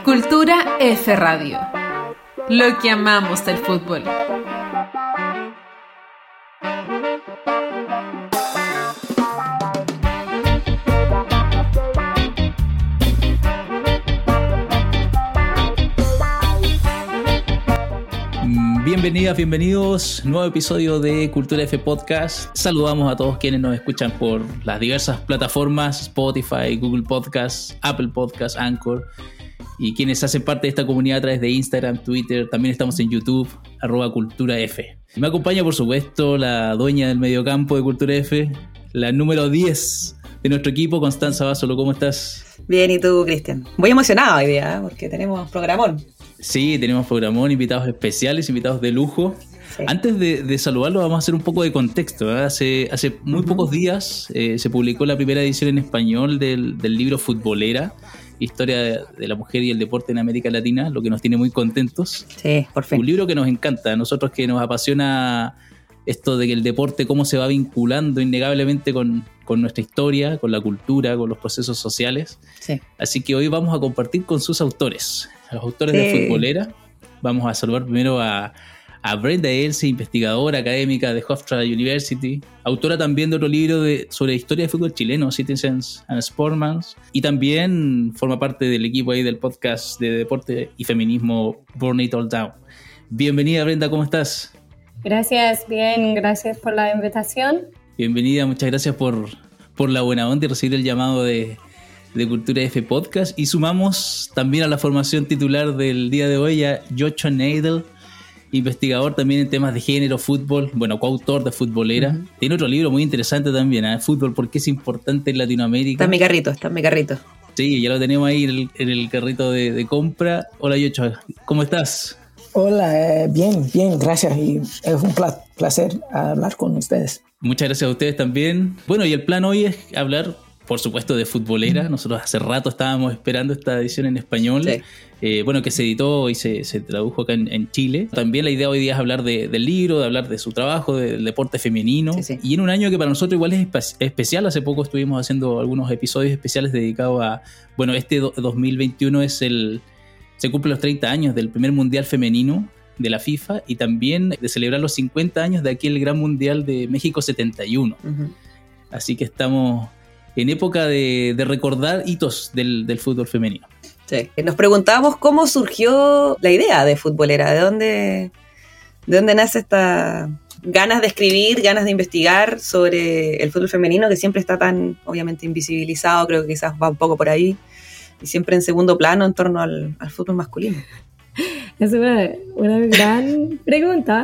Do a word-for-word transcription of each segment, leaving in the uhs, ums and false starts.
Cultura F Radio, lo que amamos del fútbol. Bienvenidas, bienvenidos, nuevo episodio de Cultura F Podcast. Saludamos a todos quienes nos escuchan por las diversas plataformas, Spotify, Google Podcasts, Apple Podcasts, Anchor, y quienes hacen parte de esta comunidad a través de Instagram, Twitter. También estamos en YouTube, arroba Cultura F. Me acompaña, por supuesto, la dueña del mediocampo de Cultura F, la número diez de nuestro equipo, Constanza Basolo. ¿Cómo estás? Bien, ¿y tú, Cristian? Muy emocionado hoy día, ¿eh? Porque tenemos programón. Sí, tenemos programón, invitados especiales, invitados de lujo. Sí. Antes de, de saludarlo, vamos a hacer un poco de contexto, ¿eh? Hace, hace muy uh-huh. pocos días eh, se publicó la primera edición en español del, del libro Futbolera, Historia de, de la mujer y el deporte en América Latina, lo que nos tiene muy contentos. Sí, por fin. Un libro que nos encanta, a nosotros que nos apasiona esto de que el deporte, cómo se va vinculando innegablemente con, con nuestra historia, con la cultura, con los procesos sociales. Sí. Así que hoy vamos a compartir con sus autores, los autores sí. de Futbolera. Vamos a saludar primero a, a Brenda Else, investigadora académica de Hofstra University, autora también de otro libro de, sobre historia de fútbol chileno, Citizens and Sportsmen, y también forma parte del equipo ahí del podcast de deporte y feminismo Burn It All Down. Bienvenida, Brenda, ¿cómo estás? Gracias, bien, gracias por la invitación. Bienvenida, muchas gracias por, por la buena onda y recibir el llamado de, de Cultura F Podcast. Y sumamos también a la formación titular del día de hoy a Joshua Nadel, investigador también en temas de género, fútbol, bueno, coautor de Futbolera. Uh-huh. Tiene otro libro muy interesante también, ¿eh? Fútbol, ¿por qué es importante en Latinoamérica? Está en mi carrito, está en mi carrito. Sí, ya lo tenemos ahí en el, en el carrito de, de compra. Hola, Joshua, ¿cómo estás? Hola, eh, bien, bien, gracias, y es un pla- placer hablar con ustedes. Muchas gracias a ustedes también. Bueno, y el plan hoy es hablar, por supuesto, de Futbolera. Mm. Nosotros hace rato estábamos esperando esta edición en español, sí. eh, bueno, que se editó y se, se tradujo acá en, en Chile. También la idea hoy día es hablar de, del libro, de hablar de su trabajo, del deporte femenino. Sí, sí. Y en un año que para nosotros igual es espe- especial, hace poco estuvimos haciendo algunos episodios especiales dedicados a, bueno, este do- dos mil veintiuno es el... Se cumplen los treinta años del primer mundial femenino de la FIFA y también de celebrar los cincuenta años de aquel gran mundial de México setenta y uno. Uh-huh. Así que estamos en época de, de recordar hitos del, del fútbol femenino. Sí. Nos preguntábamos cómo surgió la idea de Futbolera, de dónde, de dónde nace esta ganas de escribir, ganas de investigar sobre el fútbol femenino, que siempre está tan obviamente invisibilizado, creo que quizás va un poco por ahí. Y siempre en segundo plano en torno al, al fútbol masculino. Es una, una gran pregunta.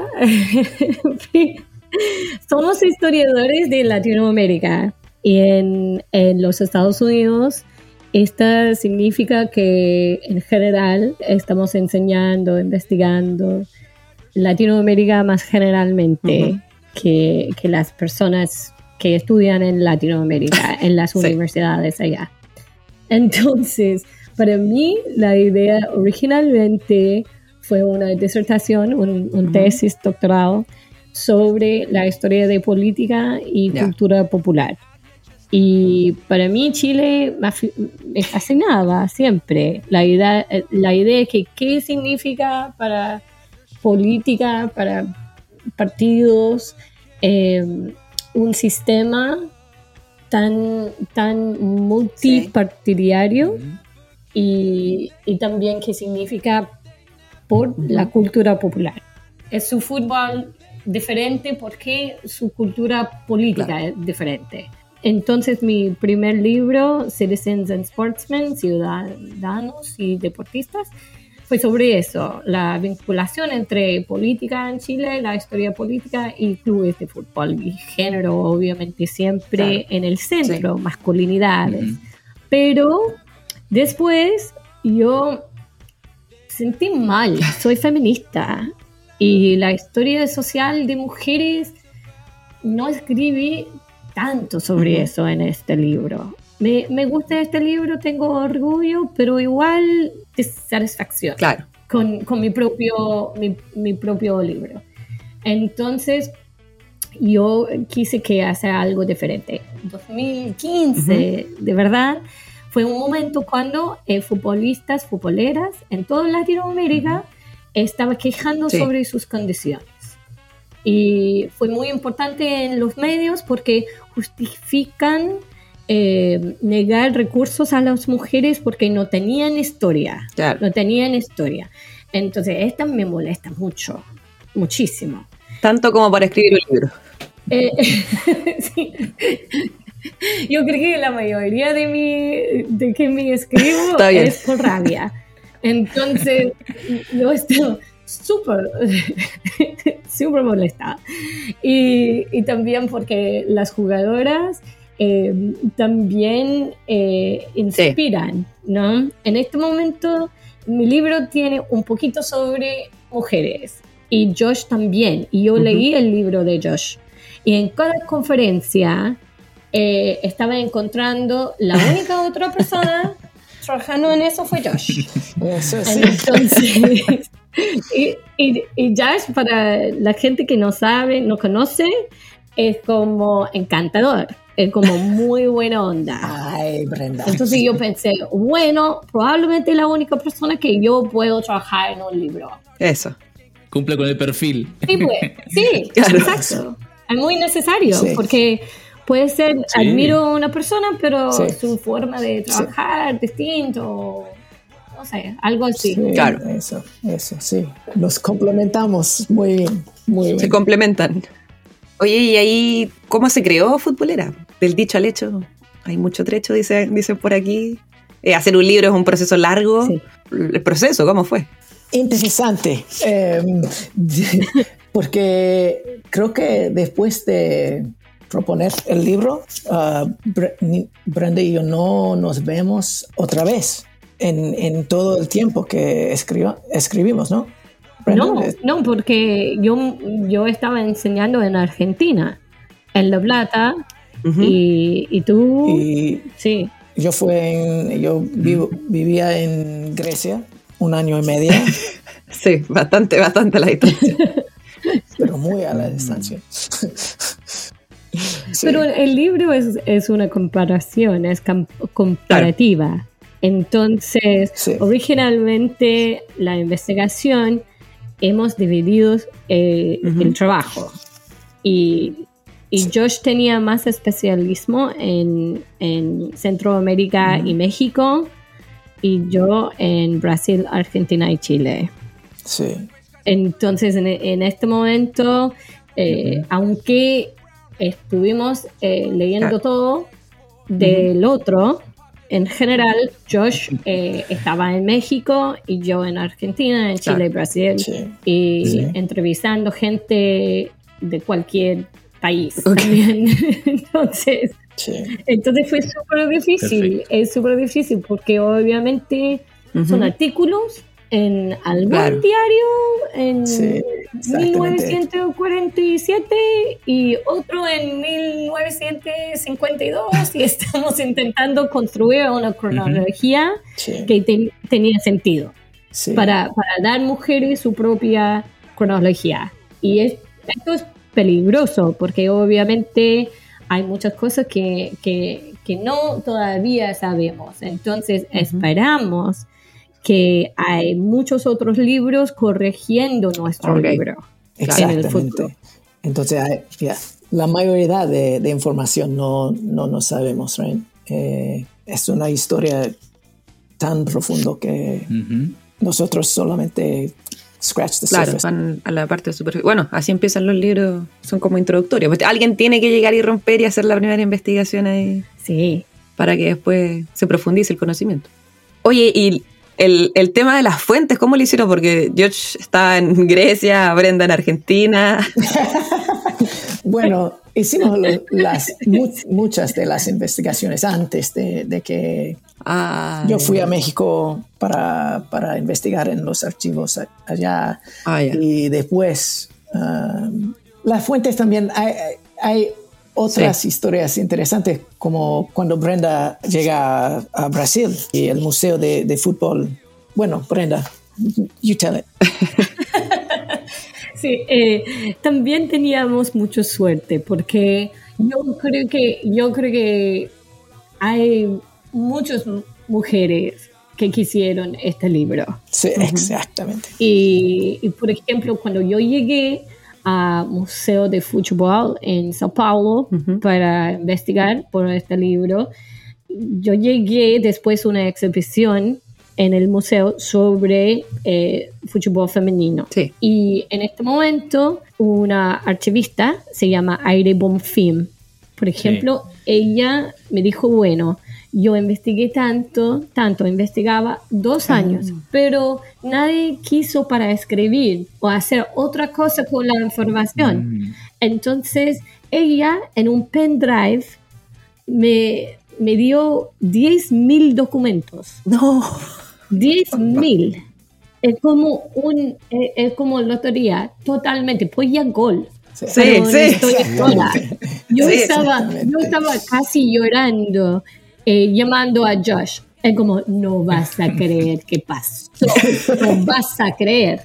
Somos historiadores de Latinoamérica y en, en los Estados Unidos esto significa que en general estamos enseñando, investigando Latinoamérica más generalmente uh-huh. que, que las personas que estudian en Latinoamérica, en las sí. universidades allá. Entonces, para mí, la idea originalmente fue una disertación, un, un tesis doctoral sobre la historia de política y yeah. cultura popular. Y para mí, Chile me fascinaba siempre la idea, la idea de que qué significa para política, para partidos, eh, un sistema tan, tan multipartidario sí. y, y también qué significa por uh-huh. la cultura popular. Es su fútbol diferente porque su cultura política claro. es diferente. Entonces mi primer libro, Citizens and Sportsmen, Ciudadanos y Deportistas, fue sobre eso, la vinculación entre política en Chile, la historia política y clubes de fútbol. Y género, obviamente, siempre claro. en el centro, sí. masculinidades. Uh-huh. Pero después yo sentí mal, soy feminista. Y la historia social de mujeres no escribí tanto sobre uh-huh. eso en este libro. Me, me gusta este libro, tengo orgullo, pero igual desatisfacción claro. con, con mi, propio, mi, mi propio libro. Entonces, yo quise que hacer algo diferente. dos mil quince, uh-huh. de verdad, fue un momento cuando eh, futbolistas, futboleras en toda Latinoamérica estaban quejando sí. sobre sus condiciones. Y fue muy importante en los medios porque justifican eh, negar recursos a las mujeres porque no tenían historia. Claro. No tenían historia. Entonces, esta me molesta mucho, muchísimo. Tanto como para escribir un libro. Eh, sí. Yo creo que la mayoría de mi de que me escribo es por rabia. Entonces, yo estoy súper, súper molesta. Y, y también porque las jugadoras eh, también eh, inspiran, sí. ¿no? En este momento, mi libro tiene un poquito sobre mujeres. Y Josh también. Y yo uh-huh. leí el libro de Josh. Y en cada conferencia eh, estaba encontrando la única otra persona trabajando en eso fue Josh. Eso sí. Entonces, y, y, y Josh, para la gente que no sabe, no conoce, es como encantador. Es como muy buena onda. Ay, Brenda. Entonces yo pensé, bueno, probablemente la única persona que yo puedo trabajar en un libro. Eso. Cumple con el perfil. Sí, pues, sí, claro. Exacto. Es muy necesario, sí. porque puede ser, sí. admiro a una persona, pero sí. su forma de trabajar sí. distinto, no sé, algo así. Sí, claro. Eso, eso, sí. Nos complementamos muy bien, muy bien. Se complementan. Oye, ¿y ahí cómo se creó Futbolera? Del dicho al hecho, hay mucho trecho, dice, dicen por aquí. Eh, hacer un libro es un proceso largo. Sí. El proceso, ¿cómo fue? Interesante, eh, porque creo que después de proponer el libro, uh, Brenda y yo no nos vemos otra vez en, en todo el tiempo que escriba, escribimos, ¿no? Brenda, no, es... no, porque yo, yo estaba enseñando en Argentina, en La Plata, uh-huh. y, y tú... Y sí. Yo, fue en, yo vivo, vivía en Grecia un año y medio. Sí, bastante, bastante a la distancia. Pero muy a la distancia. Sí. Pero el libro es, es una comparación, es camp- comparativa. Claro. Entonces, sí. originalmente la investigación hemos dividido eh, uh-huh. el trabajo. Y, y sí. Josh tenía más especialismo en, en Centroamérica uh-huh. y México. Y yo en Brasil, Argentina y Chile. Sí. Entonces, en, en este momento, eh, uh-huh. aunque estuvimos eh, leyendo claro. todo del uh-huh. otro, en general, Josh eh, estaba en México y yo en Argentina, en Chile claro. y Brasil. Sí. Y sí. entrevistando gente de cualquier país okay. también. Entonces... Sí. Entonces fue súper difícil, Perfecto. es súper difícil porque obviamente uh-huh. son artículos en algún claro. diario en sí, mil novecientos cuarenta y siete y otro en mil novecientos cincuenta y dos y estamos intentando construir una cronología uh-huh. sí. que te, tenía sentido sí. para, para dar mujeres su propia cronología. Y es, esto es peligroso porque obviamente hay muchas cosas que, que, que no todavía sabemos. Entonces, uh-huh. esperamos que hay muchos otros libros corrigiendo nuestro okay. libro en el futuro. Entonces, hay, yeah, la mayoría de, de información no, no nos sabemos, right? Eh, es una historia tan profunda que uh-huh. nosotros solamente... Scratch the claro, surface. Van a la parte superficial. Bueno, así empiezan los libros, son como introductorios. Alguien tiene que llegar y romper y hacer la primera investigación ahí. Sí. Para que después se profundice el conocimiento. Oye, y el, el tema de las fuentes, ¿cómo lo hicieron? Porque George está en Grecia, Brenda en Argentina. Bueno, hicimos lo, las, mu- muchas de las investigaciones antes de, de que ah, yo fui a México para, para investigar en los archivos allá. Ah, yeah. Y después, um, las fuentes también, hay, hay otras sí. historias interesantes, como cuando Brenda llega a, a Brasil y el Museo de, de Fútbol. Bueno, Brenda, you tell it. Sí, eh, también teníamos mucha suerte porque yo creo que yo creo que hay muchas mujeres que quisieron este libro. Sí, uh-huh. Exactamente. Y, y, por ejemplo, cuando yo llegué al Museo de Fútbol en Sao Paulo uh-huh. para investigar por este libro, yo llegué después de una exhibición en el museo sobre eh, fútbol femenino. Sí. Y en este momento una archivista se llama Aire Bonfim. Por ejemplo, sí. ella me dijo, bueno, yo investigué tanto, tanto, investigaba dos años, mm. pero nadie quiso para escribir o hacer otra cosa con la información. Mm. Entonces, ella en un pendrive me, me dio diez mil documentos. No. diez mil. Es como un, es, es como lotería, totalmente, pues ya gol. Sí, sí. Estoy sola. Yo, sí, estaba, yo estaba casi llorando, eh, llamando a Josh. Es como, no vas a creer qué pasó, no vas a creer.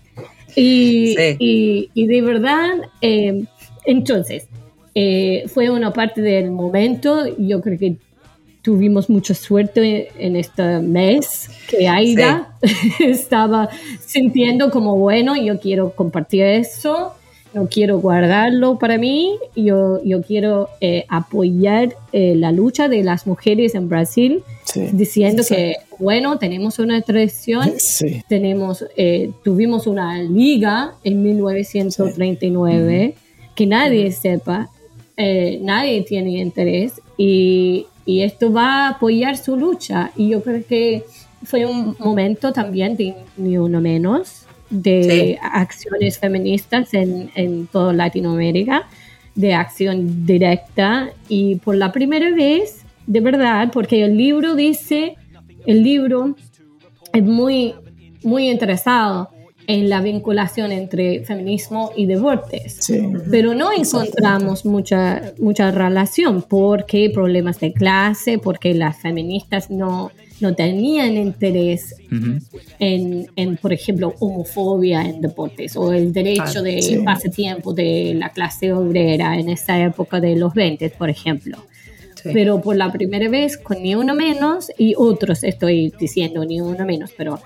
Y, sí. y, y de verdad, eh, entonces, eh, fue una parte del momento. Yo creo que tuvimos mucha suerte en este mes que Aida sí. estaba sintiendo como, bueno, yo quiero compartir eso. No quiero guardarlo para mí, yo, yo quiero eh, apoyar eh, la lucha de las mujeres en Brasil, sí, diciendo sí. que, bueno, tenemos una tradición, sí. tenemos, eh, tuvimos una liga en mil novecientos treinta y nueve, sí. que nadie sepa, eh, nadie tiene interés, y, y esto va a apoyar su lucha, y yo creo que fue un momento también de ni uno menos, de sí. acciones feministas en, en toda Latinoamérica, de acción directa, y por la primera vez, de verdad, porque el libro dice, el libro es muy, muy interesado en la vinculación entre feminismo y deportes, sí. pero no encontramos mucha, mucha relación, porque problemas de clase, porque las feministas no... no tenían interés uh-huh. en, en, por ejemplo, homofobia en deportes o el derecho ah, de sí. pasatiempo de la clase obrera en esa época de los veinte, por ejemplo. Sí. Pero por la primera vez, con Ni Uno Menos, y otros estoy diciendo Ni Uno Menos, pero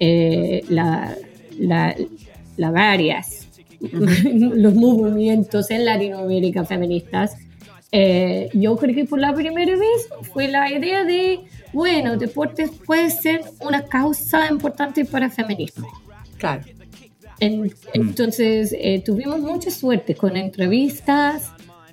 eh, la, la, la varias, uh-huh. los movimientos en Latinoamérica feministas, eh, yo creo que por la primera vez fue la idea de, bueno, deportes puede ser una causa importante para el feminismo. Claro. En, entonces, eh, tuvimos mucha suerte con entrevistas,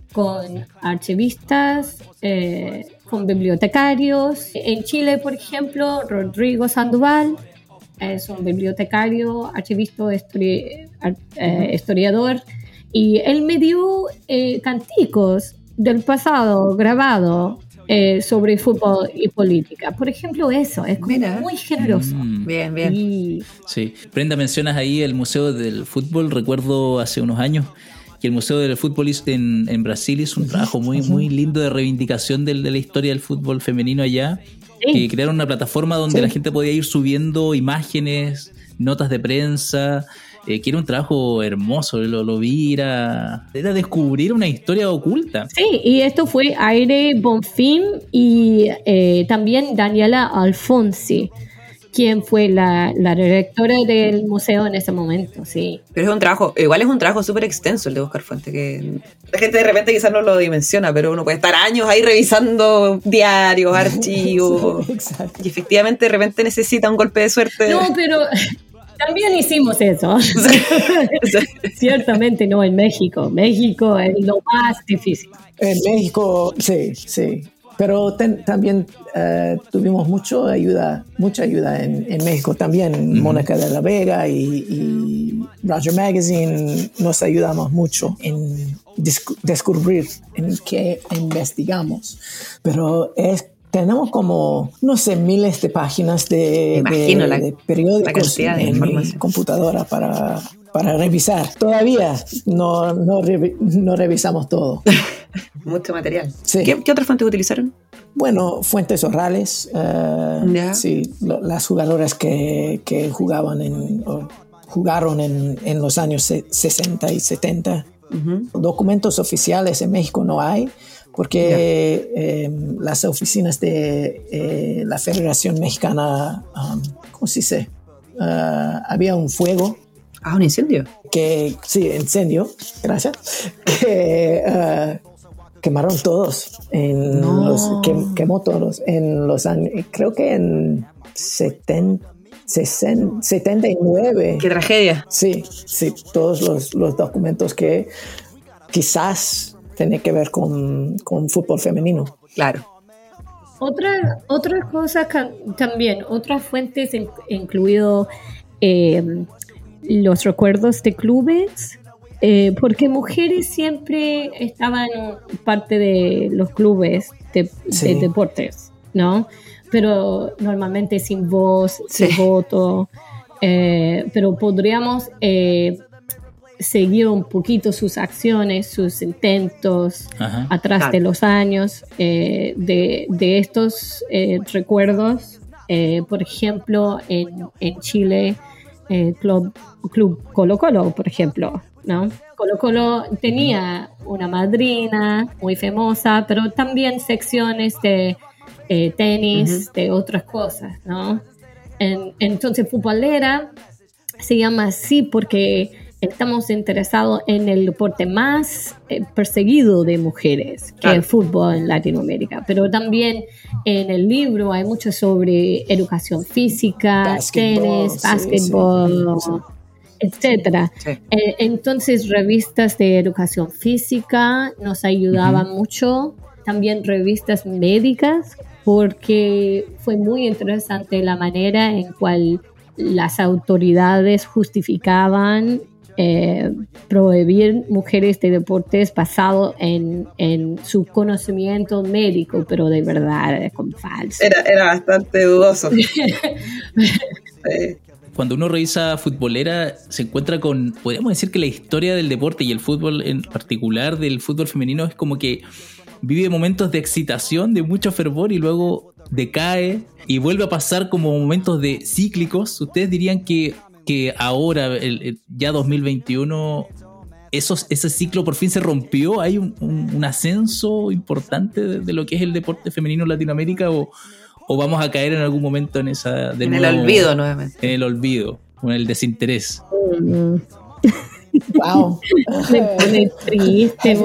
con archivistas, eh, con bibliotecarios. En Chile, por ejemplo, Rodrigo Sandoval es un bibliotecario, archivista, histori- eh, historiador, y él me dio eh, canticos del pasado grabado eh, sobre fútbol y política. Por ejemplo, eso es como muy generoso. Mm. Bien, bien. Y... Sí. Brenda, mencionas ahí el Museo del Fútbol. Recuerdo hace unos años que el Museo del Fútbol en, en Brasil hizo un trabajo muy, muy lindo de reivindicación de, de la historia del fútbol femenino allá. Sí. Que crearon una plataforma donde sí. la gente podía ir subiendo imágenes, notas de prensa, eh, que era un trabajo hermoso, lo, lo vi, era, era descubrir una historia oculta. Sí, y esto fue Aire Bonfim y eh, también Daniela Alfonsi, quien fue la, la directora del museo en ese momento, sí. Pero es un trabajo, igual es un trabajo súper extenso el de buscar fuente, que la gente de repente quizás no lo dimensiona, pero uno puede estar años ahí revisando diarios, archivos, exacto. Y efectivamente de repente necesita un golpe de suerte. No, pero también hicimos eso. Ciertamente no en México. México es lo más difícil. En México, sí, sí. Pero ten, también uh, tuvimos mucho ayuda, mucha ayuda en, en México también. Mm-hmm. Mónica de la Vega y, y Roger Magazine nos ayudamos mucho en discu- descubrir en qué investigamos. Pero es, tenemos como, no sé, miles de páginas de, de, la, de periódicos de en mi computadora para, para revisar. Todavía no, no, revi- no revisamos todo. Mucho material. Sí. ¿Qué, ¿Qué otras fuentes utilizaron? Bueno, fuentes orales. Uh, yeah. Sí, lo, las jugadoras que, que jugaban en, o jugaron en, en los años sesenta y setenta. Uh-huh. Documentos oficiales en México no hay, porque eh, las oficinas de eh, la Federación Mexicana, um, ¿cómo se dice? Uh, había un fuego. Ah, un incendio. Que, sí, incendio, gracias. Que uh, quemaron todos. En no. los, quem, quemó todos en los años, creo que en setenta, sesenta, setenta y nueve. ¡Qué tragedia! Sí, sí, todos los, los documentos que quizás tienen que ver con, con fútbol femenino. Claro. Otra, otra cosa también, otras fuentes, incluido eh, los recuerdos de clubes, eh, porque mujeres siempre estaban parte de los clubes de, sí. de deportes, ¿no? Pero normalmente sin voz, sin sí. voto, eh, pero podríamos eh, seguir un poquito sus acciones, sus intentos Ajá. atrás claro. de los años eh, de, de estos eh, recuerdos. Eh, por ejemplo, en, en Chile, eh, Club, Club Colo Colo, por ejemplo, ¿no? Colo Colo tenía una madrina muy famosa, pero también secciones de eh, tenis, uh-huh. de otras cosas, ¿no? En, entonces, futbolera se llama así porque estamos interesados en el deporte más eh, perseguido de mujeres, que claro. es el fútbol en Latinoamérica. Pero también en el libro hay mucho sobre educación física, basketball, tenis, básquetbol, sí, sí. etcétera. Sí. Eh, entonces, revistas de educación física nos ayudaban uh-huh. mucho. También revistas médicas, porque fue muy interesante la manera en cual las autoridades justificaban Eh, prohibir mujeres de deportes basado en, en su conocimiento médico, pero de verdad, con falso. Era, era bastante dudoso. sí. Cuando uno revisa Futbolera, se encuentra con, podríamos decir que la historia del deporte y el fútbol en particular, del fútbol femenino, es como que vive momentos de excitación, de mucho fervor, y luego decae y vuelve a pasar como momentos de cíclicos. ¿Ustedes dirían que que ahora, el, el, ya dos mil veintiuno, esos, ese ciclo por fin se rompió? ¿Hay un, un, un ascenso importante de, de lo que es el deporte femenino en Latinoamérica, o, o vamos a caer en algún momento en esa de en nuevo, el olvido nuevamente? En el olvido, en el desinterés. Mm. Wow. Me pone triste.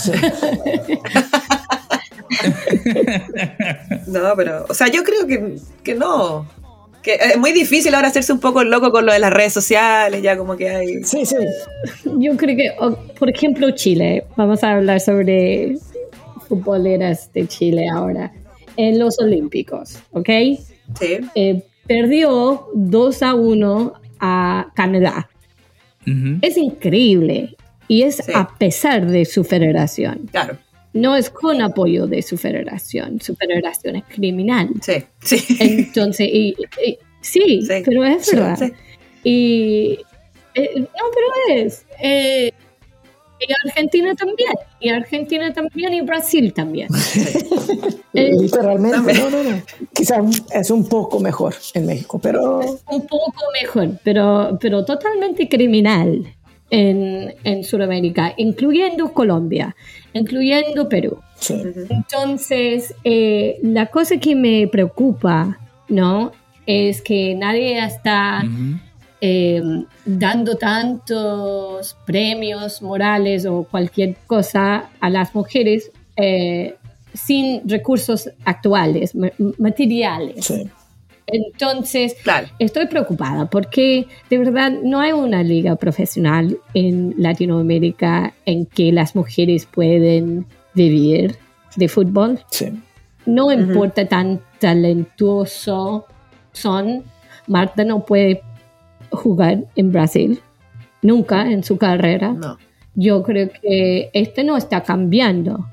No, pero, o sea, yo creo que, que no. Que es muy difícil ahora hacerse un poco loco con lo de las redes sociales, ya como que hay... Sí, sí. Yo creo que, por ejemplo, Chile, vamos a hablar sobre futboleras de Chile ahora, en los Olímpicos, ¿ok? Sí. Eh, perdió dos a uno a Canadá. Uh-huh. Es increíble, y es sí. a pesar de su federación. Claro. No es con apoyo de su federación. Su federación es criminal. Sí, sí. Entonces, y, y, sí, sí, pero es verdad. Sí, sí. Y, eh, no, pero es. Eh, y Argentina también. Y Argentina también y Brasil también. eh, Literalmente. También. No, no, no. Quizás es un poco mejor en México, pero... Es un poco mejor, pero, pero totalmente criminal. En, en Sudamérica, incluyendo Colombia, incluyendo Perú. Sí. Entonces, eh, la cosa que me preocupa, ¿no?, es que nadie está uh-huh. eh, dando tantos premios morales o cualquier cosa a las mujeres eh, sin recursos actuales, materiales. Sí. Entonces, claro. estoy preocupada porque de verdad no hay una liga profesional en Latinoamérica en que las mujeres pueden vivir de fútbol. Sí. No uh-huh. importa tan talentoso son, Marta no puede jugar en Brasil, nunca en su carrera. No. Yo creo que este no está cambiando.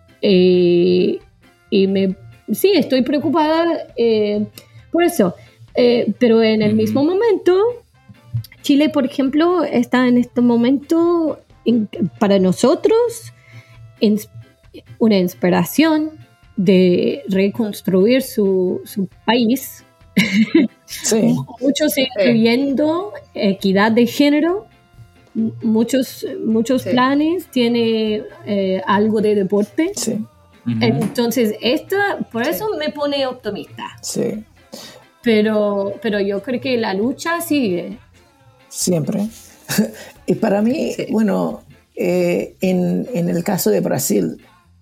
Eh, y me, sí, estoy preocupada. Eh, Por eso, eh, pero en el mismo momento, Chile, por ejemplo, está en este momento in, para nosotros in, una inspiración de reconstruir su, su país. Sí. Muchos incluyendo equidad de género, muchos, muchos sí. planes, tiene eh, algo de deporte. Sí. Uh-huh. Entonces, esto, por eso me pone optimista. Sí. Pero, pero yo creo que la lucha sigue. Siempre. Y para mí, sí. bueno, eh, en, en el caso de Brasil,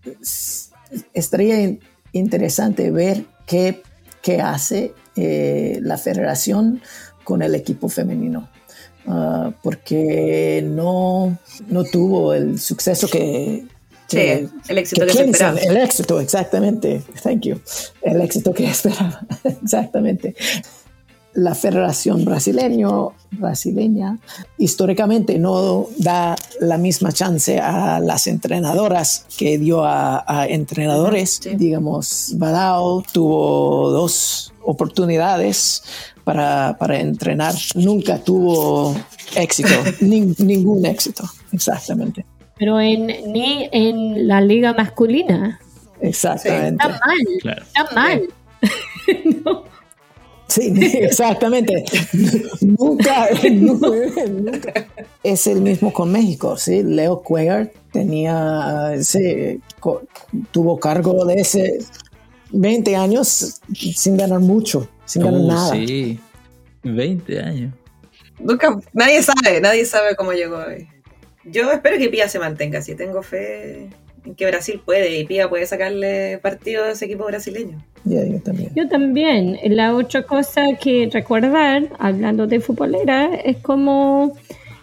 estaría in- interesante ver qué, qué hace eh, la federación con el equipo femenino. Uh, porque no, no tuvo el suceso que... que sí, el éxito que, que se esperaba. El éxito, exactamente. Thank you. El éxito que esperaba. Exactamente. La Federación Brasileño, Brasileña históricamente no da la misma chance a las entrenadoras que dio a, a entrenadores. Sí. Digamos, Badao tuvo dos oportunidades para, para entrenar. Nunca tuvo éxito, Ni, ningún éxito, exactamente. Pero en, ni en la liga masculina. Exactamente. Está mal, claro. Está mal. Sí. No. Sí, exactamente. nunca, nunca, nunca. Es el mismo con México, ¿sí? Leo Cuellar tenía, sí, co- tuvo cargo de ese veinte años sin ganar mucho, sin ganar uh, nada. Sí, veinte años. Nunca, nadie sabe, nadie sabe cómo llegó hoy. Yo espero que Pia se mantenga, si tengo fe en que Brasil puede y Pia puede sacarle partido a ese equipo brasileño. Yeah, yo también. Yo también. La otra cosa que recordar, hablando de futbolera, es como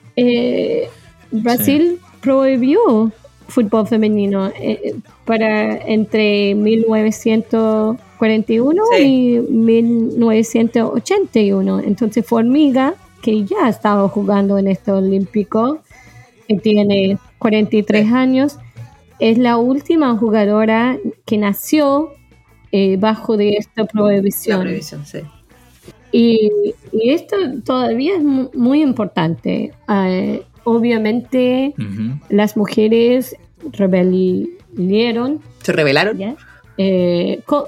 eh, Brasil sí. prohibió fútbol femenino eh, para entre mil novecientos cuarenta y uno sí. y mil novecientos ochenta y uno. Entonces Formiga, que ya estaba jugando en este olímpico, que tiene cuarenta y tres sí. años, es la última jugadora que nació eh, bajo de esta prohibición. La prohibición, sí. Y, y esto todavía es muy, muy importante. Uh, obviamente, uh-huh. las mujeres rebelieron. ¿Se rebelaron? ¿Ya? Eh, co-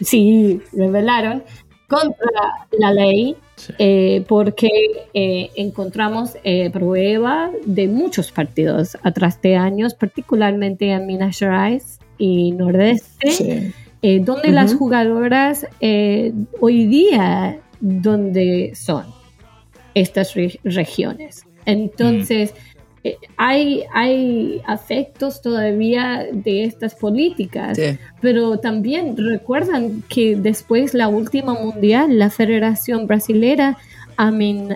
sí, rebelaron contra la ley. Sí. Eh, porque eh, encontramos eh, pruebas de muchos partidos atrás de años, particularmente en Minas Gerais y Nordeste, sí. eh, donde uh-huh. las jugadoras eh, hoy día, donde son estas re- regiones. Entonces, mm. eh, hay, hay afectos todavía de estas políticas, sí. pero también recuerdan que después la última mundial, la Federación Brasilera amen,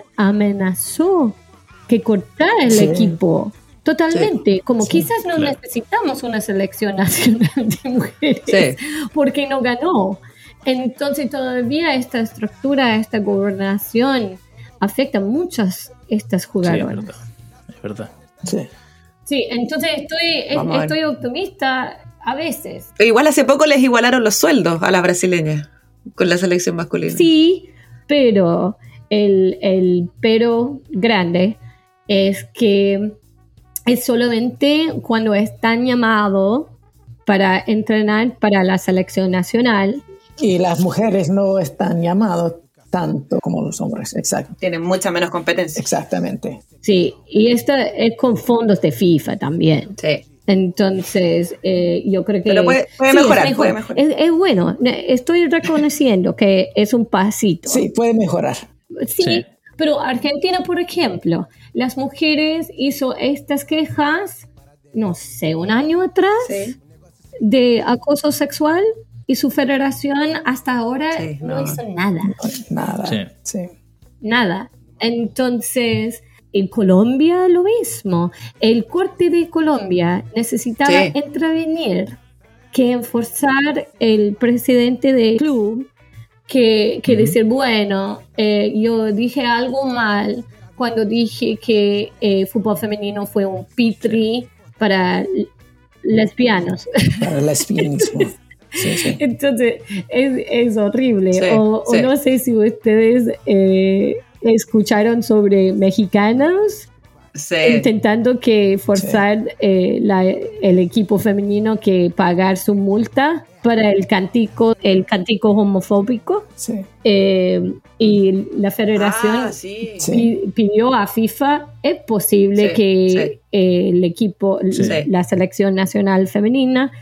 amenazó que cortar el sí. equipo totalmente, sí. como sí. quizás no claro. necesitamos una selección nacional de mujeres, sí. porque no ganó. Entonces todavía esta estructura, esta gobernación afecta a muchas estas jugadoras. Sí, es verdad. Es verdad. Sí. Sí, entonces estoy, estoy optimista a veces. Pero igual hace poco les igualaron los sueldos a las brasileñas con la selección masculina. Sí, pero el, el pero grande es que es solamente cuando están llamados para entrenar para la selección nacional. Y las mujeres no están llamadas tanto como los hombres, exacto. Tienen mucha menos competencia. Exactamente. Sí, y esto es con fondos de FIFA también. Sí. Entonces, eh, yo creo que... Pero puede, puede, sí, mejorar, es puede mejorar. Es, es bueno, estoy reconociendo que es un pasito. Sí, puede mejorar. Sí, sí, pero Argentina, por ejemplo, las mujeres hizo estas quejas, no sé, un año atrás, sí. de acoso sexual. Y su federación hasta ahora sí, no, no hizo nada. No, nada, sí. sí. Nada. Entonces, en Colombia lo mismo. El corte de Colombia necesitaba sí. intervenir, que enforzar el presidente del club, que, que uh-huh. decir, bueno, eh, yo dije algo mal cuando dije que el eh, fútbol femenino fue un pitri para lesbianos. Para el lesbianismo. Sí, sí. Entonces es, es horrible. Sí, o, sí. o no sé si ustedes eh, escucharon sobre mexicanos sí. intentando que forzar sí. eh, la, el equipo femenino que pagar su multa para el cantico, el cantico homofóbico. Sí. Eh, y la federación ah, sí. pi- pidió a FIFA, es posible sí, que sí. Eh, el equipo, sí. la selección nacional femenina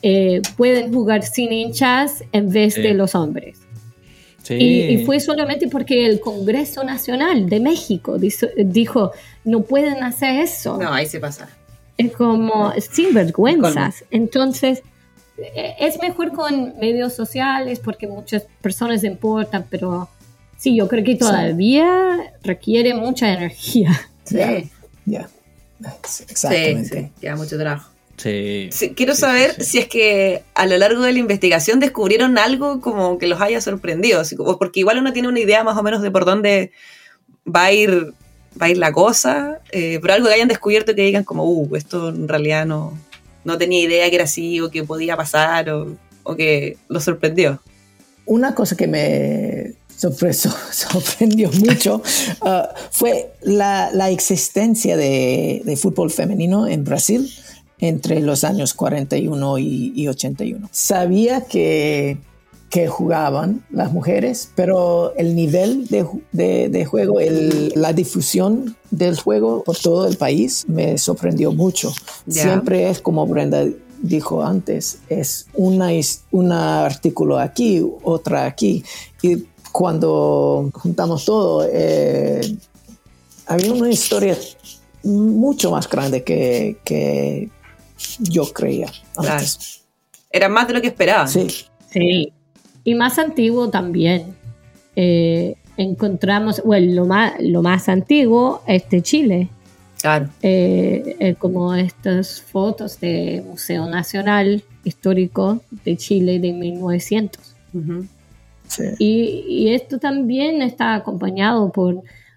eh, pueden jugar sin hinchas en vez sí. de los hombres. Sí. Y, y fue solamente porque el Congreso Nacional de México dijo, dijo no pueden hacer eso. No, ahí se pasa. Es como sinvergüenzas. Entonces, es mejor con medios sociales porque muchas personas importan, pero sí, yo creo que todavía sí. requiere mucha energía. Sí, ya, yeah. yeah. exactamente. Sí, sí, queda mucho trabajo. Sí, sí, quiero sí, saber sí, sí. si es que a lo largo de la investigación descubrieron algo como que los haya sorprendido, así como, porque igual uno tiene una idea más o menos de por dónde va a ir, va a ir la cosa, eh, pero algo que hayan descubierto que digan como, uh, esto en realidad no, no tenía idea que era así o que podía pasar o, o que lo sorprendió. Una cosa que me sorprendió mucho uh, fue la, la existencia de, de fútbol femenino en Brasil entre los años cuarenta y uno y, y ochenta y uno. Sabía que, que jugaban las mujeres, pero el nivel de, de, de juego, el, la difusión del juego por todo el país me sorprendió mucho. Yeah. Siempre es como Brenda dijo antes, es una, una artículo aquí, otra aquí, y cuando juntamos todo, eh, había una historia mucho más grande que, que yo creía antes. Claro. Era más de lo que esperaba. Sí. Sí. Y más antiguo también. Eh, encontramos, bueno, lo más, lo más antiguo es de Chile. Claro. Eh, eh, como estas fotos del Museo Nacional Histórico de Chile de mil novecientos. Uh-huh. Sí. Y, y esto también está acompañado por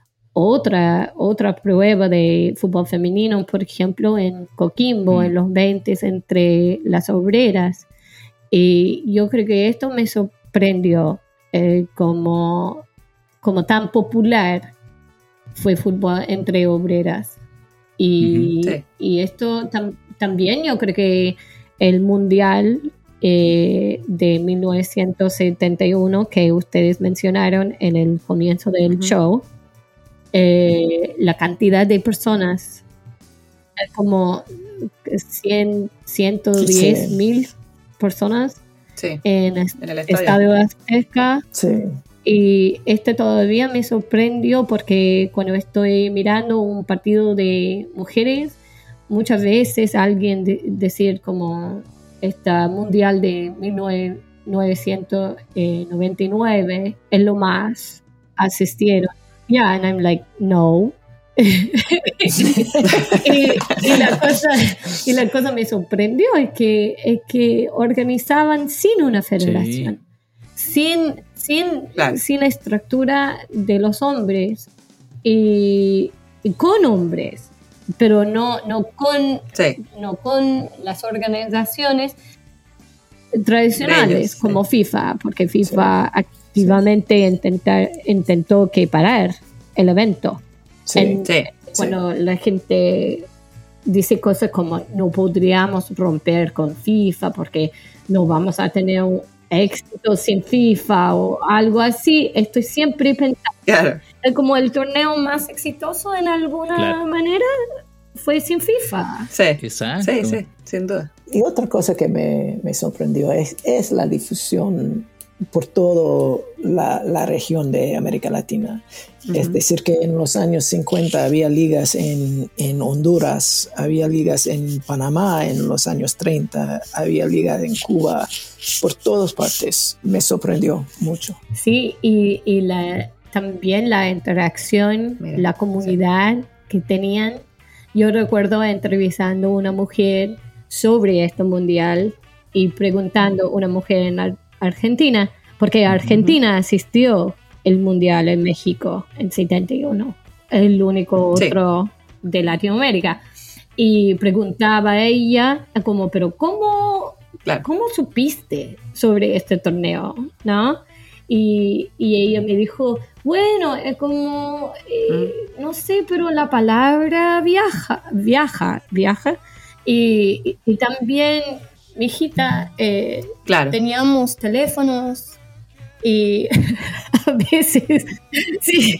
otra, otra prueba de fútbol femenino, por ejemplo, en Coquimbo, mm. en los veinte, entre las obreras. Y yo creo que esto me sorprendió, eh, como, como tan popular fue fútbol entre obreras. Y, mm-hmm. sí. y esto tam, también yo creo que el Mundial eh, de mil novecientos setenta y uno que ustedes mencionaron en el comienzo del mm-hmm. show, Eh, la cantidad de personas es como cien, ciento diez mil personas sí, en, est- en el Estadio Azteca. Sí. Y este todavía me sorprendió porque cuando estoy mirando un partido de mujeres, muchas veces alguien de- decir como esta mundial de mil novecientos noventa y nueve es lo más asistieron. Yeah, and I'm like, no. y, y, la cosa, y la cosa me sorprendió es que, es que organizaban sin una federación, sí. sin, sin, claro. sin la estructura de los hombres y, y con hombres, pero no, no, con, sí. no con las organizaciones tradicionales ellos, como sí. FIFA, porque FIFA... Sí. activamente intentar, intentó que parar el evento. Sí, en, sí, cuando sí. la gente dice cosas como no podríamos romper con FIFA porque no vamos a tener un éxito sin FIFA o algo así, estoy siempre pensando claro. es como el torneo más exitoso en alguna claro. manera fue sin FIFA. Sí, exacto. Sí, sí, sin duda. Y otra cosa que me, me sorprendió es, es la difusión por toda la, la región de América Latina. Uh-huh. Es decir, que en los años cincuenta había ligas en, en Honduras, había ligas en Panamá en los años treinta, había ligas en Cuba, por todas partes. Me sorprendió mucho. Sí, y, y la, también la interacción, Mira, la comunidad sí. que tenían. Yo recuerdo entrevistando a una mujer sobre este mundial y preguntando a una mujer en la Argentina, porque Argentina uh-huh. asistió el mundial en México en setenta y uno, el único otro sí. de Latinoamérica, y preguntaba a ella como, pero ¿cómo, claro. ¿cómo supiste sobre este torneo? ¿No? Y, y ella me dijo, bueno, es como, eh, uh-huh. no sé, pero la palabra viaja, viaja, viaja, y, y, y también... Mi hijita, eh, claro. teníamos teléfonos y a veces. Sí.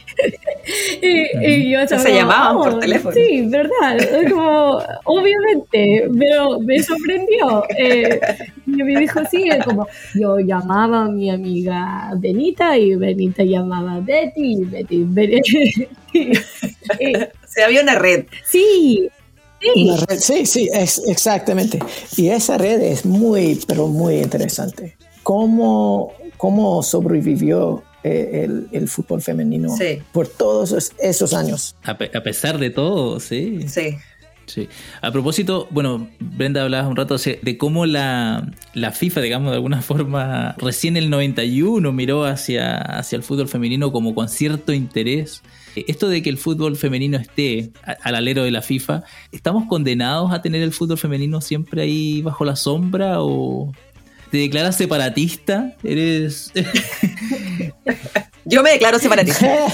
y, y yo se llamaban oh, por teléfono. Sí, verdad. Como, obviamente, pero me sorprendió. Eh, y me dijo, sí, como yo llamaba a mi amiga Benita y Benita llamaba a Betty y Betty. Betty y, y, o sea, había una red. Sí. Sí. Una red, sí, sí, es, exactamente. Y esa red es muy, pero muy interesante. ¿Cómo, cómo sobrevivió eh, el, el fútbol femenino sí. por todos esos, esos años? A, pe- a pesar de todo, sí. Sí. Sí. A propósito, bueno, Brenda, hablabas un rato de cómo la, la FIFA, digamos, de alguna forma, recién en el noventa y uno miró hacia, hacia el fútbol femenino como con cierto interés. Esto de que el fútbol femenino esté al alero de la FIFA, ¿estamos condenados a tener el fútbol femenino siempre ahí bajo la sombra o te declaras separatista? ¿Eres...? Yo me declaro separatista.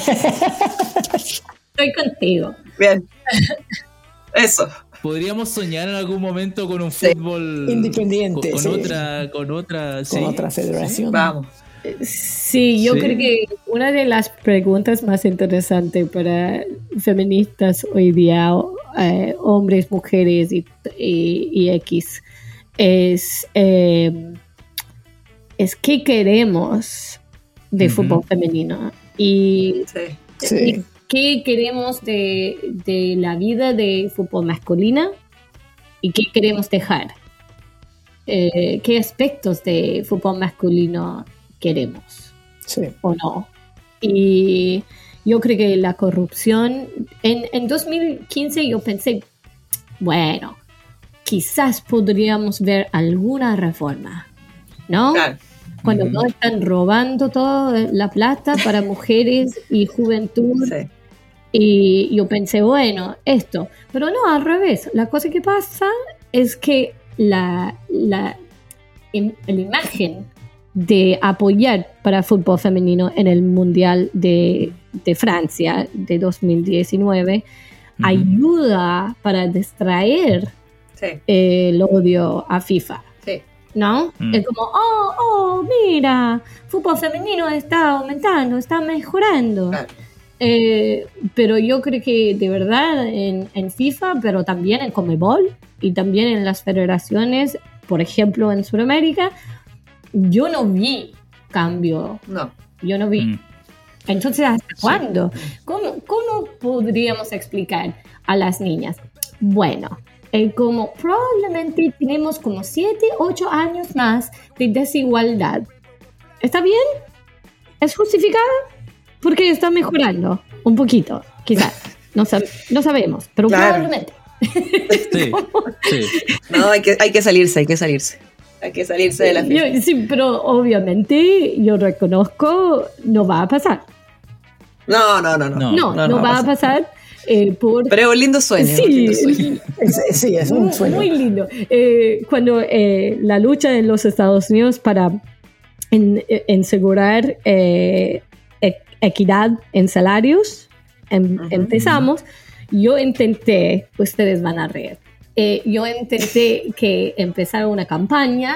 Estoy contigo. Bien. Eso. Podríamos soñar en algún momento con un fútbol sí. independiente, con, con sí. otra, con otra, con sí. otra federación. Sí. Vamos. Sí, yo sí. creo que una de las preguntas más interesantes para feministas hoy día, eh, hombres, mujeres y, y, y X, es, eh, es qué queremos de uh-huh. fútbol femenino y, sí. Sí. y qué queremos de, de la vida de fútbol masculina y qué queremos dejar. Eh, qué aspectos de fútbol masculino queremos sí. o no. Y yo creo que la corrupción en, en dos mil quince yo pensé, bueno, quizás podríamos ver alguna reforma, ¿no? Claro. Cuando Uh-huh. no están robando toda la plata para mujeres y juventud. Sí. Y yo pensé, bueno, esto, pero no, al revés. La cosa que pasa es que la, la, la imagen de apoyar para el fútbol femenino en el Mundial de, de Francia de dos mil diecinueve uh-huh. ayuda para distraer sí. el odio a FIFA. Sí. ¿No? Mm. Es como, oh, oh, mira, fútbol femenino está aumentando, está mejorando. Claro. Eh, pero yo creo que de verdad en, en FIFA, pero también en Conmebol y también en las federaciones, por ejemplo en Sudamérica, yo no vi cambio. No. Yo no vi. Mm. Entonces, ¿hasta sí. cuándo? ¿Cómo, ¿Cómo podríamos explicar a las niñas? Bueno, eh, como probablemente tenemos como siete, ocho años más de desigualdad. ¿Está bien? ¿Es justificado? Porque está mejorando un poquito, quizás. No, sab- no sabemos, pero claro. probablemente. Sí, sí. No, hay que, hay que salirse, hay que salirse. Hay que salirse de la FIFA. Yo, sí, pero obviamente yo reconozco, no va a pasar. No, no, no. No, no, no, no, no va, va a pasar. Eh, por... Pero es un lindo sueño. Sí, un lindo sueño. Es, sí, es un sueño. Muy, muy lindo. Eh, cuando eh, la lucha en los Estados Unidos para en, en asegurar eh, equidad en salarios, em, uh-huh. empezamos, yo intenté, ustedes van a reír, eh, yo intenté que empezara una campaña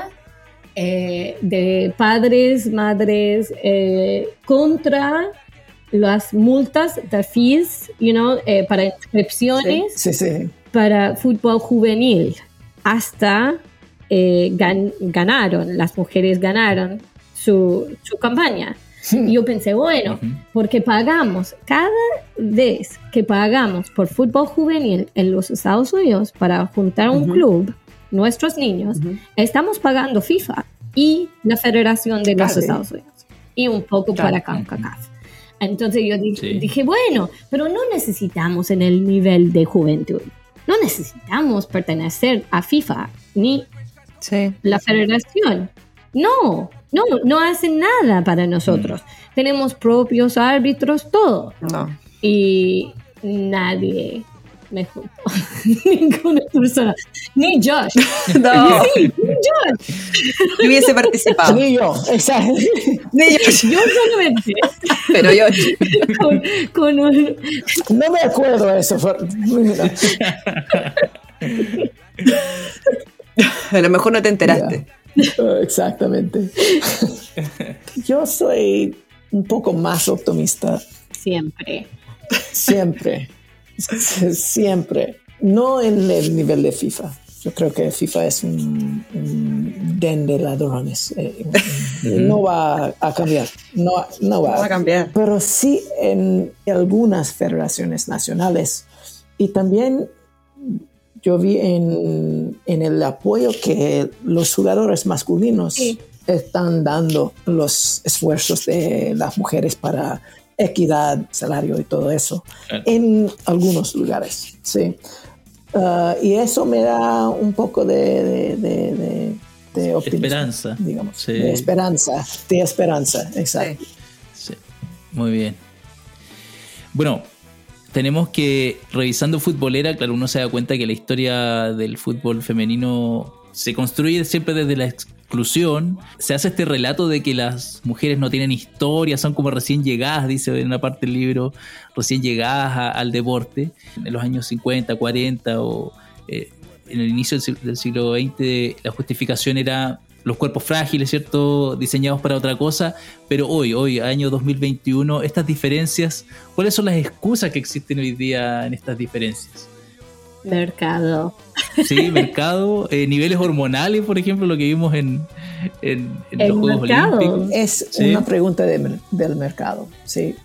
eh, de padres, madres, eh, contra las multas de fees, you know, eh, para inscripciones, sí, sí, sí. para fútbol juvenil, hasta eh, gan- ganaron, las mujeres ganaron su, su campaña. Y yo pensé, bueno, uh-huh. porque pagamos, cada vez que pagamos por fútbol juvenil en los Estados Unidos para juntar un uh-huh. club, nuestros niños, uh-huh. estamos pagando FIFA y la Federación de los ah, Estados sí. Unidos. Y un poco claro. para CONCACAF. Entonces yo dije, sí. dije, bueno, pero no necesitamos en el nivel de juventud. No necesitamos pertenecer a FIFA ni sí. la Federación. No. No, no hacen nada para nosotros. Mm. Tenemos propios árbitros, todo. No. Y nadie me juntó. Ninguna persona. Ni Josh. No. Sí, ni Josh. Yo hubiese participado. Ni yo, exacto. Ni yo. Yo solamente. Pero yo. Con, con un... No me acuerdo de eso. A lo mejor no te enteraste. Yeah. Exactamente. Yo soy un poco más optimista. Siempre. Siempre. Siempre. No en el nivel de FIFA. Yo creo que FIFA es un, un den de ladrones. Eh, no va a cambiar. No, no, va. no va a cambiar. Pero sí en algunas federaciones nacionales. Y también yo vi en, en el apoyo que los jugadores masculinos sí. están dando los esfuerzos de las mujeres para equidad, salario y todo eso. Claro. En algunos lugares, sí. Uh, y eso me da un poco de, de, de, de, de optimismo. Esperanza. Digamos. Sí. De esperanza. De esperanza, exacto. Sí. Sí. Muy bien. Bueno, tenemos que, revisando Futbolera, claro, uno se da cuenta que la historia del fútbol femenino se construye siempre desde la exclusión. Se hace este relato de que las mujeres no tienen historia, son como recién llegadas, dice en una parte del libro, recién llegadas a, al deporte. En los años cincuenta, cuarenta o eh, en el inicio del, del siglo veinte, la justificación era los cuerpos frágiles, ¿cierto? Diseñados para otra cosa. Pero hoy, hoy, año dos mil veintiuno, estas diferencias, ¿cuáles son las excusas que existen hoy día en estas diferencias? Mercado. Sí, mercado, eh, niveles hormonales, por ejemplo, lo que vimos en, en, en los Juegos mercado. Olímpicos. Es ¿Sí? una pregunta de, del mercado, sí.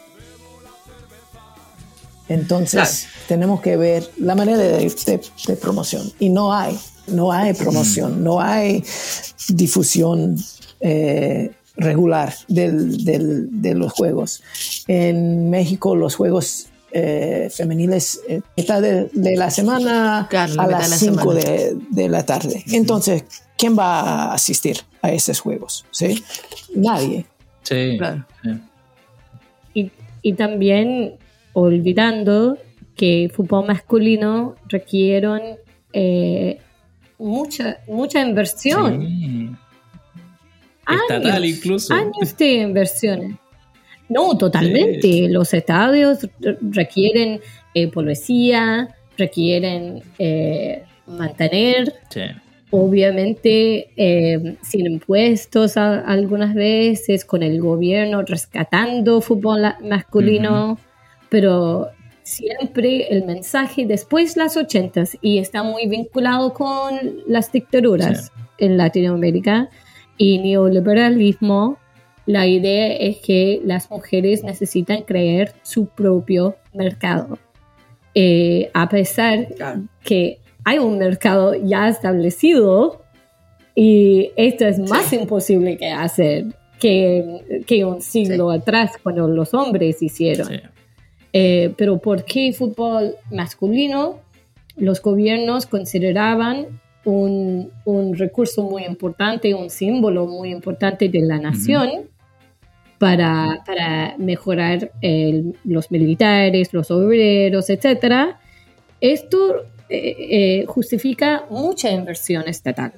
Entonces, claro. tenemos que ver la manera de, de, de promoción. Y no hay, no hay promoción, mm. no hay difusión eh, regular del, del, de los juegos. En México, los juegos Eh, femeniles eh, mitad de, de la semana claro, a las cinco de, de la tarde. Entonces, ¿quién va a asistir a esos juegos? ¿Sí? Nadie. Sí, claro. Sí. Y, y también olvidando que el fútbol masculino requiere eh, mucha, mucha inversión. Sí. Años, estatal incluso. Años de inversiones. No, totalmente. Sí. Los estadios requieren eh, policía, requieren eh, mantener, sí. obviamente, eh, sin impuestos a, algunas veces, con el gobierno rescatando fútbol masculino, uh-huh. pero siempre el mensaje después de las ochentas, y está muy vinculado con las dictaduras sí. en Latinoamérica y neoliberalismo. La idea es que las mujeres necesitan crear su propio mercado. Eh, a pesar claro. que hay un mercado ya establecido y esto es más sí. imposible que hacer que, que un siglo sí. atrás cuando los hombres hicieron. Sí. Eh, pero ¿por qué fútbol masculino? Los gobiernos consideraban un, un recurso muy importante, un símbolo muy importante de la nación. Uh-huh. Para, para mejorar el, los militares, los obreros, etcétera. Esto eh, eh, justifica mucha inversión estatal.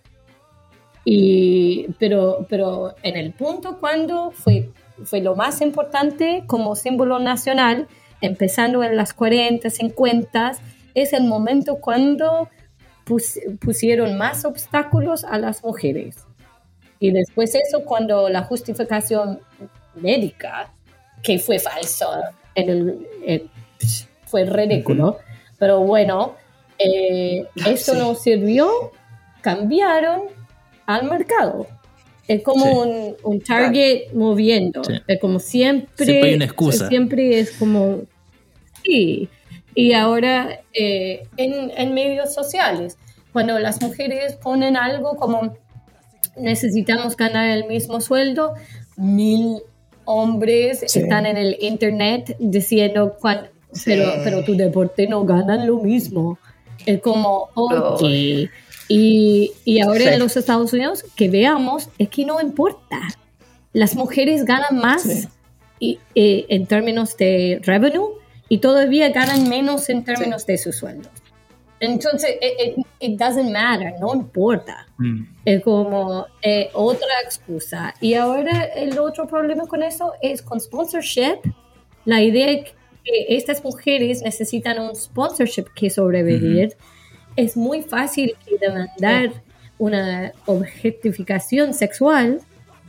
Y, pero, pero en el punto cuando fue, fue lo más importante como símbolo nacional, empezando en las cuarenta, cincuenta, es el momento cuando pus, pusieron más obstáculos a las mujeres. Y después eso, cuando la justificación médica, que fue falso, en el, eh, fue ridículo, uh-huh. pero bueno, eh, esto sí. no sirvió, cambiaron al mercado. Es como sí. un, un target claro. moviendo, sí. es como siempre, siempre hay una excusa. Siempre es como, sí, y ahora eh, en, en medios sociales, cuando las mujeres ponen algo como necesitamos ganar el mismo sueldo, mil hombres sí. están en el internet diciendo cuán, sí. pero, pero tu deporte no ganan lo mismo. Es como, ok. Oh. Y, y ahora sí. en los Estados Unidos, que veamos, es que no importa. Las mujeres ganan más sí. y, eh, en términos de revenue y todavía ganan menos en términos sí. de su sueldo. Entonces, it, it, it doesn't matter, no importa. Mm. Es como eh, otra excusa. Y ahora el otro problema con eso es con sponsorship. La idea es que estas mujeres necesitan un sponsorship que sobrevivir. Mm-hmm. Es muy fácil demandar una objetificación sexual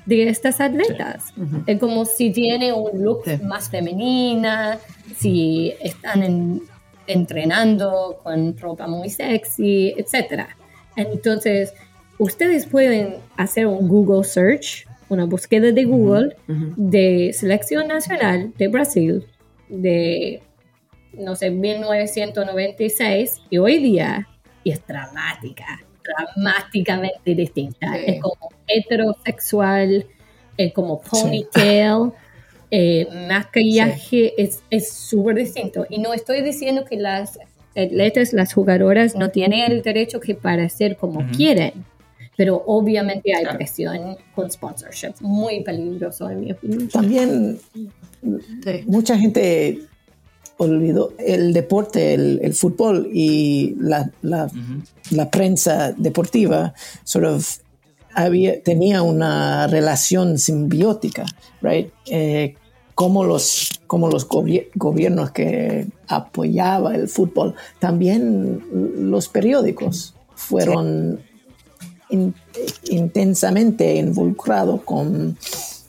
de estas atletas. Sí. Uh-huh. Es como si tiene un look sí. más femenina, si están en, entrenando con ropa muy sexy, etcétera. Entonces, ustedes pueden hacer un Google search, una búsqueda de Google uh-huh. de selección nacional de Brasil de, no sé, mil novecientos noventa y seis y hoy día, y es dramática, dramáticamente distinta. Sí. Es como heterosexual, es como ponytail, sí. eh, maquillaje, sí. es súper distinto. Y no estoy diciendo que las atletas, las jugadoras no tienen el derecho que parecer como uh-huh. quieren, pero obviamente hay claro. presión con sponsorships, muy peligroso en mi opinión. También sí. mucha gente olvidó el deporte, el, el fútbol y la, la, uh-huh. la prensa deportiva sort of había, tenía una relación simbiótica, right? Eh, como los, como los gobier- gobiernos que apoyaban el fútbol, también los periódicos fueron sí. in, intensamente involucrados con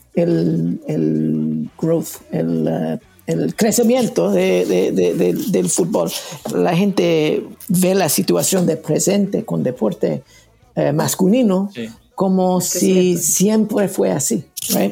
el, el growth, el uh, el crecimiento de, de, de, de, del fútbol. La gente ve la situación de presente con deporte eh, masculino sí. como si siempre fue así, right?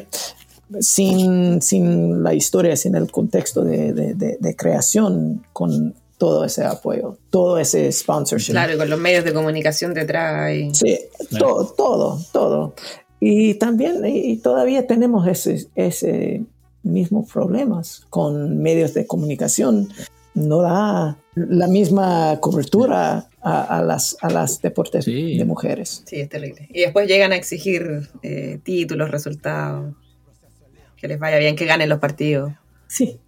sin, sin la historia, sin el contexto de, de, de, de creación, con todo ese apoyo, todo ese sponsorship. Claro, y con los medios de comunicación detrás. Y... Sí, claro. todo, todo, todo. Y también, y, y todavía tenemos ese... ese mismos problemas con medios de comunicación. No da la misma cobertura a, a las a las deportes sí. de mujeres. Sí, es terrible. Y después llegan a exigir eh, títulos, resultados, que les vaya bien, que ganen los partidos. Sí.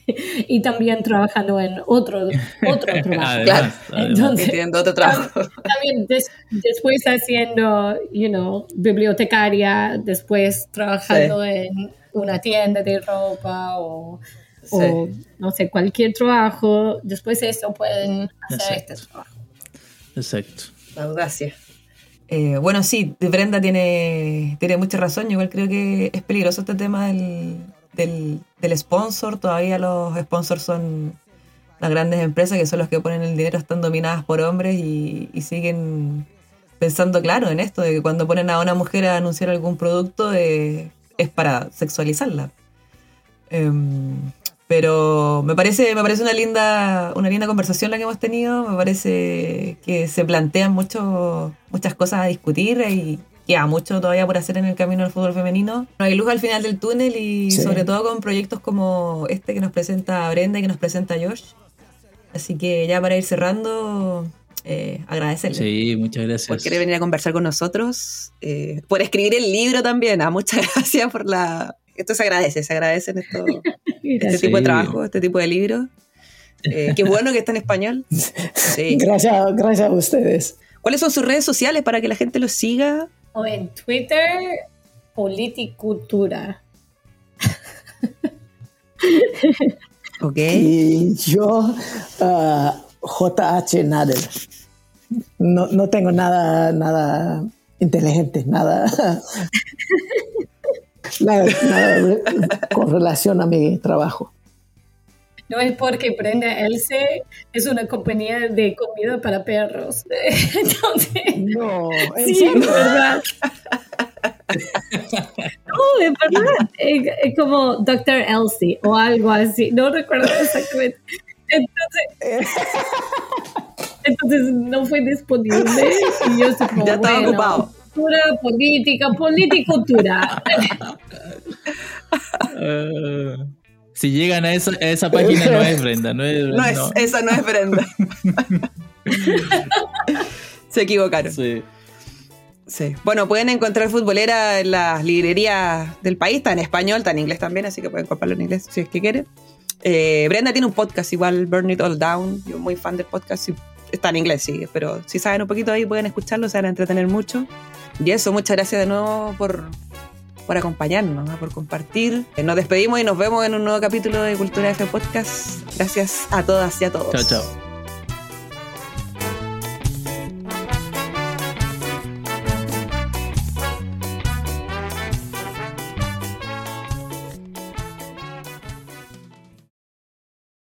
Y también trabajando en otro, otro trabajo. Además, claro. Además. Entonces, teniendo otro trabajo. También des, después haciendo, you know, bibliotecaria, después trabajando sí. en una tienda de ropa o, sí. o no sé, cualquier trabajo. Después de eso pueden hacer Exacto. este trabajo. Exacto. La audacia. Eh, bueno, sí, Brenda tiene, tiene mucha razón. Yo igual creo que es peligroso este tema del, del, del sponsor. Todavía los sponsors son las grandes empresas que son los que ponen el dinero, están dominadas por hombres y, y siguen pensando, claro, en esto, de que cuando ponen a una mujer a anunciar algún producto eh, es para sexualizarla. Um, pero me parece, me parece una linda, una linda conversación la que hemos tenido. Me parece que se plantean mucho, muchas cosas a discutir y queda mucho todavía por hacer en el camino del fútbol femenino. No hay luz al final del túnel y sí. sobre todo con proyectos como este que nos presenta Brenda y que nos presenta Josh. Así que ya para ir cerrando, eh, agradecerle. Sí, muchas gracias. Por querer venir a conversar con nosotros, eh, por escribir el libro también. Ah, muchas gracias por la... Esto se agradece, se agradecen esto, este tipo de trabajo, este tipo de libros. Eh, qué bueno que está en español. Sí. Gracias, gracias a ustedes. ¿Cuáles son sus redes sociales para que la gente los siga? O en Twitter, Politicultura. Ok. Y yo, uh, J H Nader. No, no tengo nada, nada inteligente, nada, nada, nada con relación a mi trabajo. No es porque Brenda Else es una compañía de comida para perros. Entonces, no, ¿en sí, serio? Es verdad. No, es verdad. Es, es como doctor Elsie o algo así. No recuerdo exactamente. Entonces, entonces no fue disponible. Y yo estoy como, ya estaba bueno, ocupado. Cultura, política, politicultura. Uh, si llegan a esa, a esa página no es Brenda. No es, no es, no. Esa no es Brenda. Se equivocaron. Sí. Sí. Bueno, pueden encontrar Futbolera en las librerías del país. Está en español, está en inglés también, así que pueden comprarlo en inglés si es que quieren. Eh, Brenda tiene un podcast igual, Burn It All Down. Yo muy fan del podcast. Está en inglés, sí, pero si saben un poquito ahí pueden escucharlo, se van a entretener mucho. Y eso, muchas gracias de nuevo por, por acompañarnos, ¿no? Por compartir. Nos despedimos y nos vemos en un nuevo capítulo de Cultura F Podcast. Gracias a todas y a todos. Chao, chao.